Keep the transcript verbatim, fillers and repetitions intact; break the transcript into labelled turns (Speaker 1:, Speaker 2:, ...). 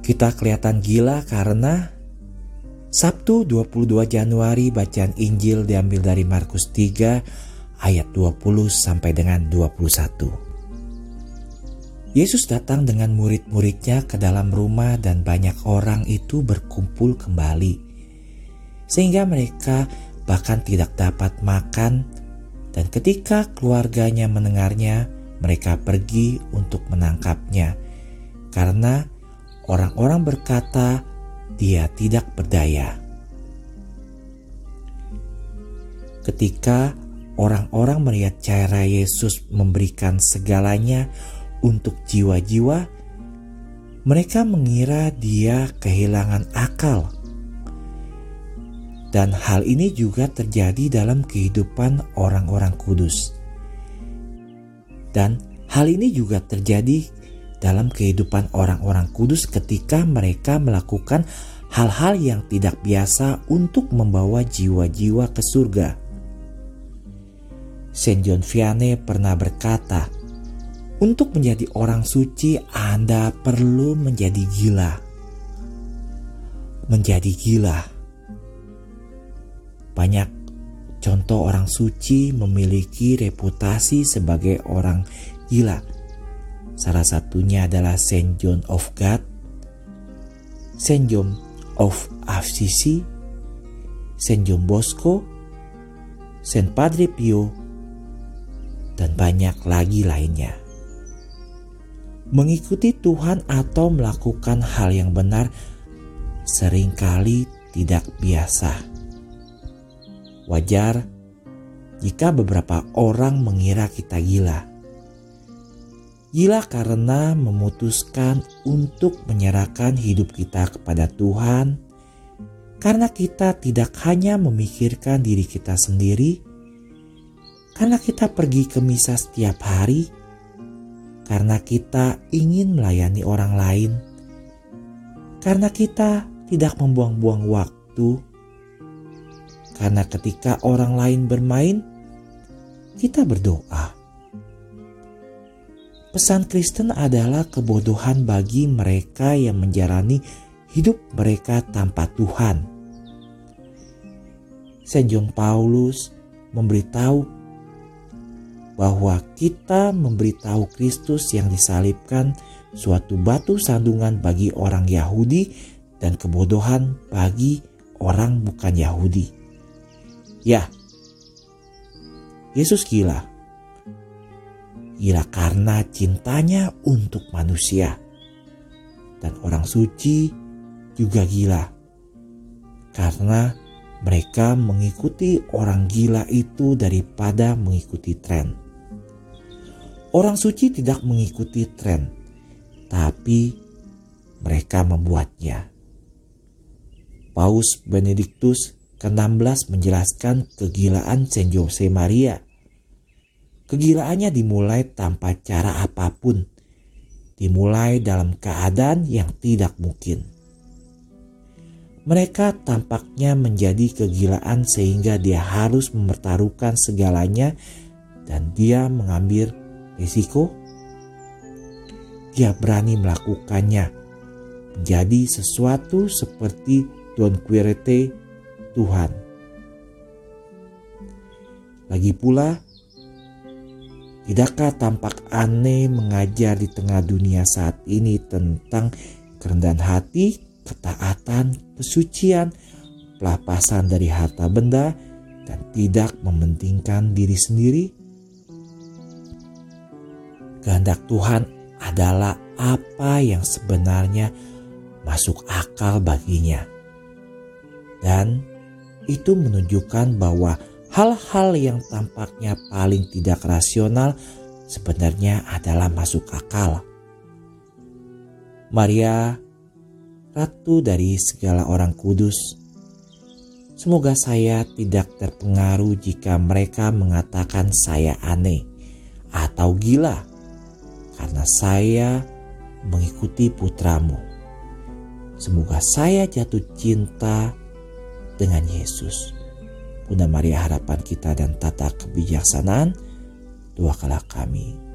Speaker 1: Kita kelihatan gila karena Sabtu dua puluh dua Januari bacaan Injil diambil dari Markus tiga ayat dua puluh sampai dengan dua puluh satu. Yesus datang dengan murid-muridnya ke dalam rumah dan banyak orang itu berkumpul kembali. Sehingga mereka bahkan tidak dapat makan, dan ketika keluarganya mendengarnya, mereka pergi untuk menangkapnya. Karena orang-orang berkata dia tidak berdaya. Ketika orang-orang melihat cara Yesus memberikan segalanya untuk jiwa-jiwa, mereka mengira dia kehilangan akal. Dan hal ini juga terjadi dalam kehidupan orang-orang kudus. Dan hal ini juga terjadi dalam kehidupan orang-orang kudus ketika mereka melakukan hal-hal yang tidak biasa untuk membawa jiwa-jiwa ke surga. Saint John Vianney pernah berkata, "Untuk menjadi orang suci, Anda perlu menjadi gila." Menjadi gila. Banyak contoh orang suci memiliki reputasi sebagai orang gila. Salah satunya adalah Saint John of God, Saint John of Assisi, Saint John Bosco, Saint Padre Pio, dan banyak lagi lainnya. Mengikuti Tuhan atau melakukan hal yang benar seringkali tidak biasa. Wajar jika beberapa orang mengira kita gila. Gila karena memutuskan untuk menyerahkan hidup kita kepada Tuhan, karena kita tidak hanya memikirkan diri kita sendiri, karena kita pergi ke misa setiap hari, karena kita ingin melayani orang lain, karena kita tidak membuang-buang waktu, karena ketika orang lain bermain, kita berdoa. Pesan Kristen adalah kebodohan bagi mereka yang menjalani hidup mereka tanpa Tuhan. Saint John Paulus memberitahu bahwa kita memberitahu Kristus yang disalibkan suatu batu sandungan bagi orang Yahudi dan kebodohan bagi orang bukan Yahudi. Ya, Yesus gila. Gila karena cintanya untuk manusia. Dan orang suci juga gila karena mereka mengikuti orang gila itu daripada mengikuti tren. Orang suci tidak mengikuti tren, tapi mereka membuatnya. Paus Benediktus ke enam belas menjelaskan kegilaan Saint Jose Maria. Kegilaannya dimulai tanpa cara apapun, dimulai dalam keadaan yang tidak mungkin. Mereka tampaknya menjadi kegilaan sehingga dia harus mempertaruhkan segalanya dan dia mengambil risiko. Dia berani melakukannya, menjadi sesuatu seperti Don Quixote Tuhan. Lagi pula, tidakkah tampak aneh mengajar di tengah dunia saat ini tentang kerendahan hati, ketaatan, kesucian, pelepasan dari harta benda, dan tidak mementingkan diri sendiri? Kehendak Tuhan adalah apa yang sebenarnya masuk akal baginya. Dan itu menunjukkan bahwa hal-hal yang tampaknya paling tidak rasional sebenarnya adalah masuk akal. Maria, ratu dari segala orang kudus, semoga saya tidak terpengaruh jika mereka mengatakan saya aneh atau gila karena saya mengikuti putramu. Semoga saya jatuh cinta dengan Yesus. Bunda Maria harapan kita dan tata kebijaksanaan, doakanlah kami.